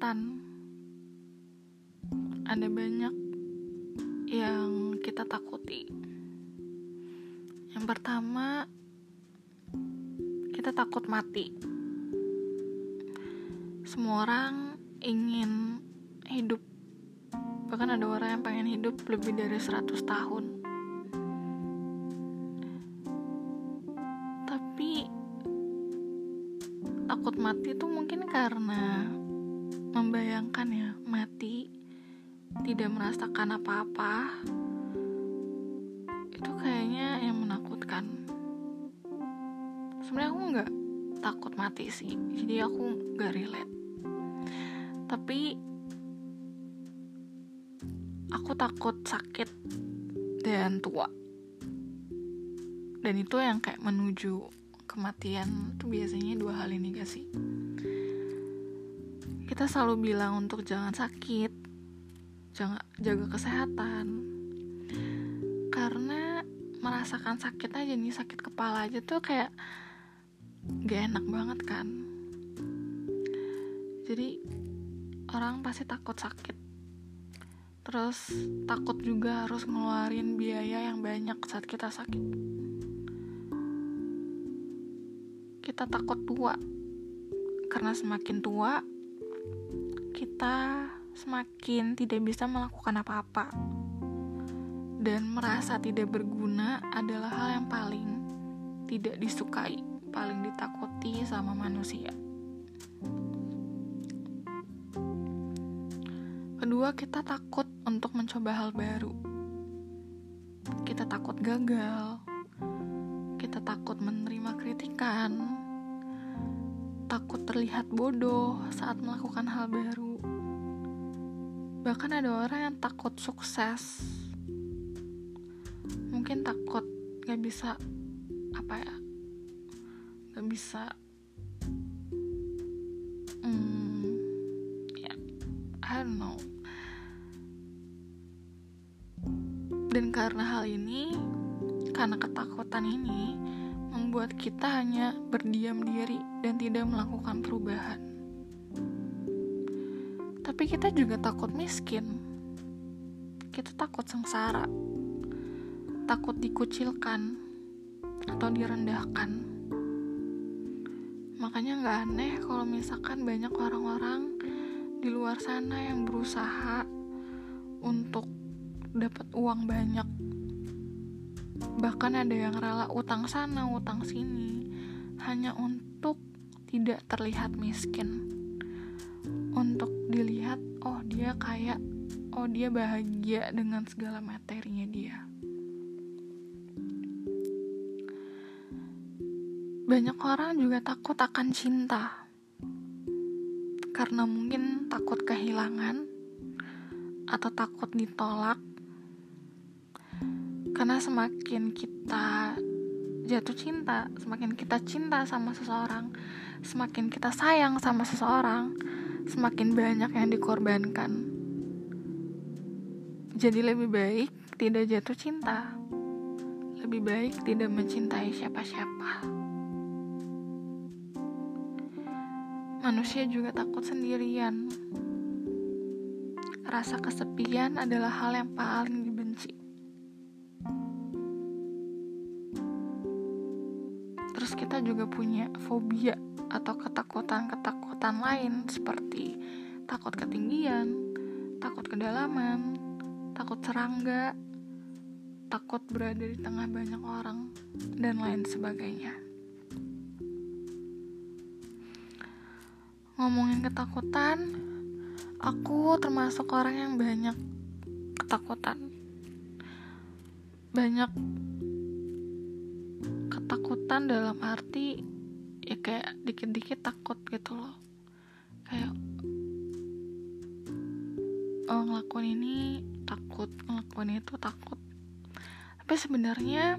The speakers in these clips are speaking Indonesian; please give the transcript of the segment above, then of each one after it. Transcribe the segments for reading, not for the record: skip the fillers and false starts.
ketakutan. Ada banyak yang kita takuti. Yang pertama, kita takut mati. Semua orang ingin hidup. Bahkan ada orang yang pengen hidup lebih dari 100 tahun. Tapi takut mati itu mungkin karena membayangkan ya, mati tidak merasakan apa-apa. Itu kayaknya yang menakutkan. Sebenarnya aku gak takut mati sih, jadi aku gak relate. Tapi aku takut sakit dan tua. Dan itu yang kayak menuju kematian tuh biasanya 2 hal ini gak sih? Kita selalu bilang untuk jangan sakit, jangan jaga kesehatan. Karena merasakan sakit aja nih, sakit kepala aja tuh kayak gak enak banget kan. Jadi orang pasti takut sakit. Terus takut juga harus ngeluarin biaya yang banyak saat kita sakit. Kita takut tua. Karena semakin tua, kita semakin tidak bisa melakukan apa-apa. Dan merasa tidak berguna adalah hal yang paling tidak disukai, paling ditakuti sama manusia. Kedua, kita takut untuk mencoba hal baru. Kita takut gagal. Kita takut menerima kritikan. Takut terlihat bodoh saat melakukan hal baru. Bahkan ada orang yang takut sukses. Mungkin takut gak bisa gak bisa I don't know. Dan karena hal ini, karena ketakutan ini, membuat kita hanya berdiam diri dan tidak melakukan perubahan. Tapi kita juga takut miskin. Kita takut sengsara. Takut dikucilkan atau direndahkan. Makanya gak aneh kalau misalkan banyak orang-orang di luar sana yang berusaha untuk dapat uang banyak. Bahkan ada yang rela utang sana, utang sini, hanya untuk tidak terlihat miskin. Untuk dilihat, oh dia kaya, oh dia bahagia dengan segala materinya dia. Banyak orang juga takut akan cinta. Karena mungkin takut kehilangan atau takut ditolak. Karena semakin kita jatuh cinta, semakin kita cinta sama seseorang, semakin kita sayang sama seseorang, semakin banyak yang dikorbankan. Jadi lebih baik tidak jatuh cinta. Lebih baik tidak mencintai siapa-siapa. Manusia juga takut sendirian. Rasa kesepian adalah hal yang paling dibenci. Terus kita juga punya fobia atau ketakutan-ketakutan lain seperti takut ketinggian, takut kedalaman, takut serangga, takut berada di tengah banyak orang, dan lain sebagainya. Ngomongin ketakutan, aku termasuk orang yang banyak ketakutan. Banyak ketakutan dalam arti ya kayak dikit-dikit takut gitu loh. Kayak ngelakuin ini takut, ngelakuin itu takut. Tapi sebenarnya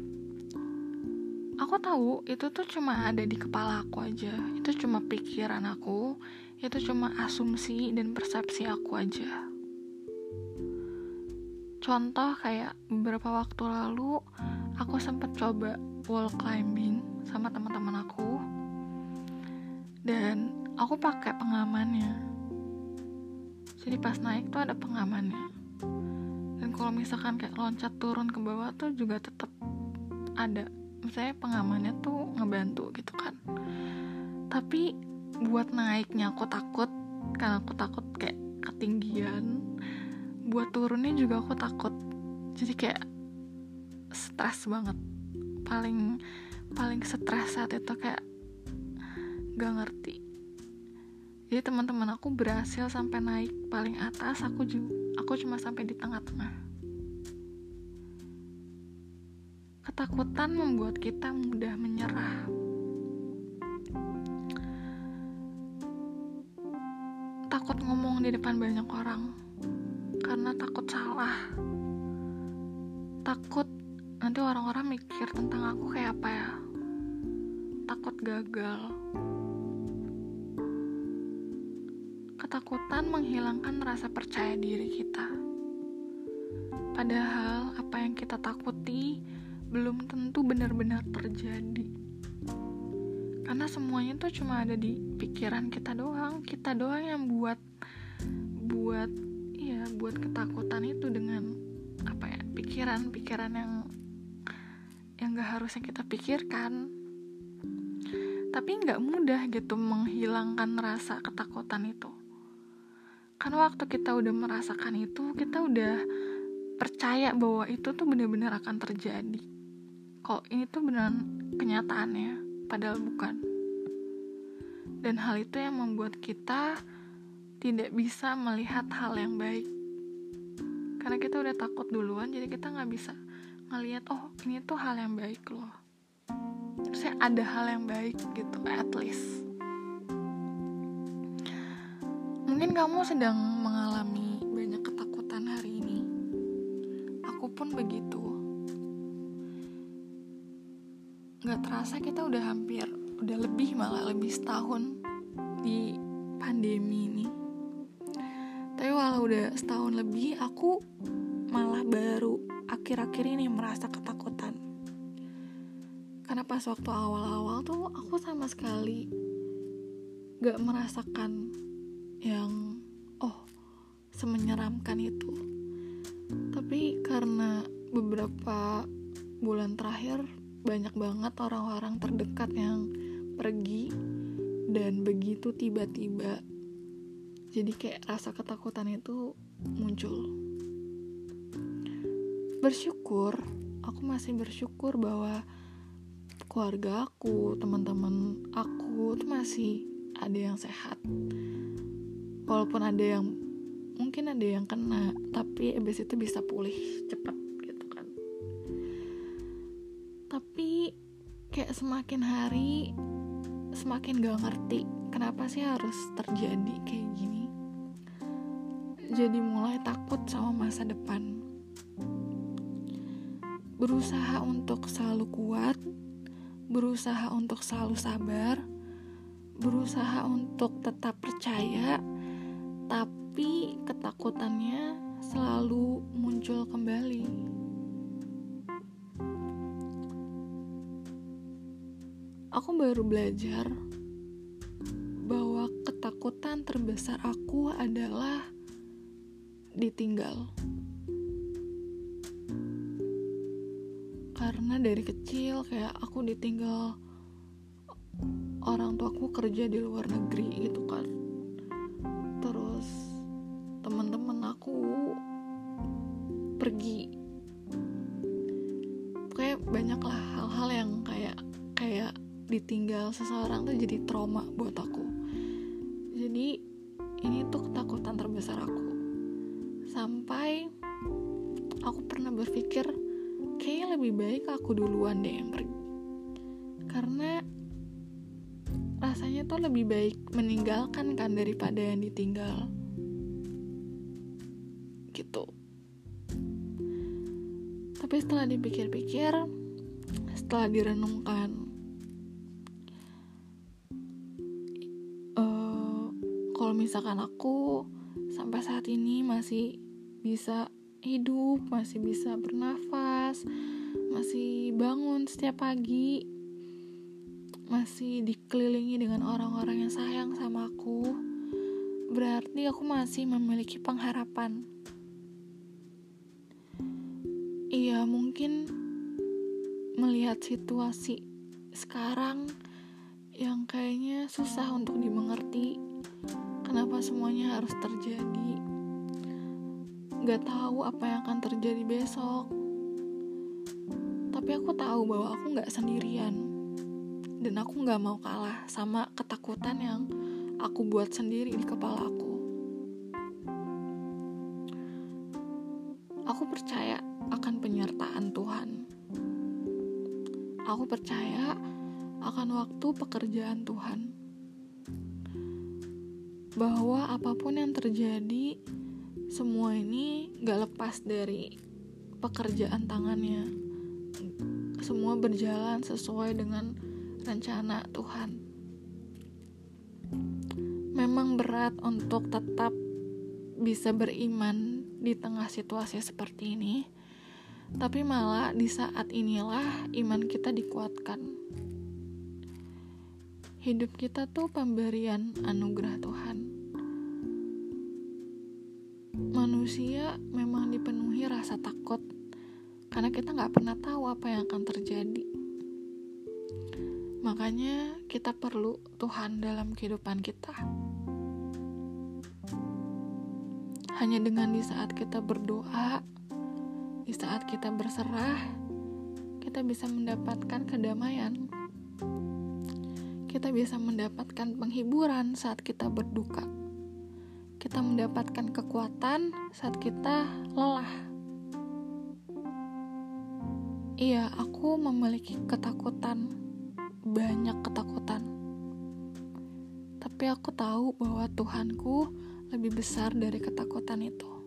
aku tahu itu tuh cuma ada di kepala aku aja. Itu cuma pikiran aku, itu cuma asumsi dan persepsi aku aja. Contoh kayak beberapa waktu lalu aku sempat coba wall climbing sama teman-teman aku. Dan aku pakai pengamannya. Jadi pas naik tuh ada pengamannya. Dan kalau misalkan kayak loncat turun ke bawah tuh juga tetap ada, misalnya pengamannya tuh ngebantu gitu kan. Tapi buat naiknya aku takut, karena aku takut kayak ketinggian. Buat turunnya juga aku takut. Jadi kayak stres banget. Paling stres saat itu, kayak gak ngerti. Jadi teman-teman aku berhasil sampai naik paling atas, aku cuma sampai di tengah-tengah. Ketakutan membuat kita mudah menyerah. Takut ngomong di depan banyak orang karena takut salah. Takut nanti orang-orang mikir tentang aku kayak apa ya. Takut gagal. Ketakutan menghilangkan rasa percaya diri kita. Padahal apa yang kita takuti belum tentu benar-benar terjadi. Karena semuanya tuh cuma ada di pikiran kita doang. Kita doang yang buat ketakutan itu dengan pikiran yang gak harusnya kita pikirkan. Tapi gak mudah gitu menghilangkan rasa ketakutan itu. Karena waktu kita udah merasakan itu, kita udah percaya bahwa itu tuh benar-benar akan terjadi. Kok ini tuh beneran kenyataannya, padahal bukan. Dan hal itu yang membuat kita tidak bisa melihat hal yang baik. Karena kita udah takut duluan, jadi kita gak bisa ngelihat, oh ini tuh hal yang baik loh. Terusnya ada hal yang baik gitu, at least. Mungkin kamu sedang mengalami banyak ketakutan hari ini. Aku pun begitu. Gak terasa kita udah lebih setahun di pandemi ini. Tapi walau udah setahun lebih, aku malah baru akhir-akhir ini merasa ketakutan. Karena pas waktu awal-awal tuh aku sama sekali gak merasakan yang semenyeramkan itu. Tapi karena beberapa bulan terakhir banyak banget orang-orang terdekat yang pergi, dan begitu tiba-tiba, jadi kayak rasa ketakutan itu muncul. Aku masih bersyukur bahwa keluarga aku, teman-teman aku tuh masih ada yang sehat. Walaupun mungkin ada yang kena, tapi abis itu bisa pulih cepat gitu kan. Tapi kayak semakin hari semakin gak ngerti kenapa sih harus terjadi kayak gini. Jadi mulai takut sama masa depan. Berusaha untuk selalu kuat, berusaha untuk selalu sabar, berusaha untuk tetap percaya, tapi ketakutannya selalu muncul kembali. Aku baru belajar bahwa ketakutan terbesar aku adalah ditinggal. Karena dari kecil kayak aku ditinggal orang tuaku kerja di luar negeri gitu kan. Terus teman-teman aku pergi. Kayak banyaklah hal-hal yang kayak ditinggal seseorang tuh jadi trauma buat aku. Jadi ini tuh ketakutan terbesar aku. Sampai aku pernah berpikir kayaknya lebih baik aku duluan deh yang pergi. Karena rasanya tuh lebih baik meninggalkan kan daripada yang ditinggal. Gitu. Tapi setelah dipikir-pikir, setelah direnungkan, kalau misalkan aku sampai saat ini masih bisa hidup, masih bisa bernafas, masih bangun setiap pagi, masih dikelilingi dengan orang-orang yang sayang sama aku, berarti aku masih memiliki pengharapan. Iya, mungkin melihat situasi sekarang yang kayaknya susah untuk dimengerti, kenapa semuanya harus terjadi. Gak tahu apa yang akan terjadi besok, tapi aku tahu bahwa aku gak sendirian, dan aku gak mau kalah sama ketakutan yang aku buat sendiri di kepala aku. Aku percaya akan penyertaan Tuhan. Aku percaya akan waktu pekerjaan Tuhan. Bahwa apapun yang terjadi, semua ini gak lepas dari pekerjaan tangannya. Semua berjalan sesuai dengan rencana Tuhan. Memang berat untuk tetap bisa beriman di tengah situasi seperti ini, tapi malah di saat inilah iman kita dikuatkan. Hidup kita tuh pemberian anugerah Tuhan. Manusia memang dipenuhi rasa takut, karena kita gak pernah tahu apa yang akan terjadi. Makanya kita perlu Tuhan dalam kehidupan kita. Hanya dengan di saat kita berdoa, di saat kita berserah, kita bisa mendapatkan kedamaian. Kita bisa mendapatkan penghiburan saat kita berduka. Kita mendapatkan kekuatan saat kita lelah. Iya, aku memiliki ketakutan, banyak ketakutan. Tapi aku tahu bahwa Tuhanku lebih besar dari ketakutan itu.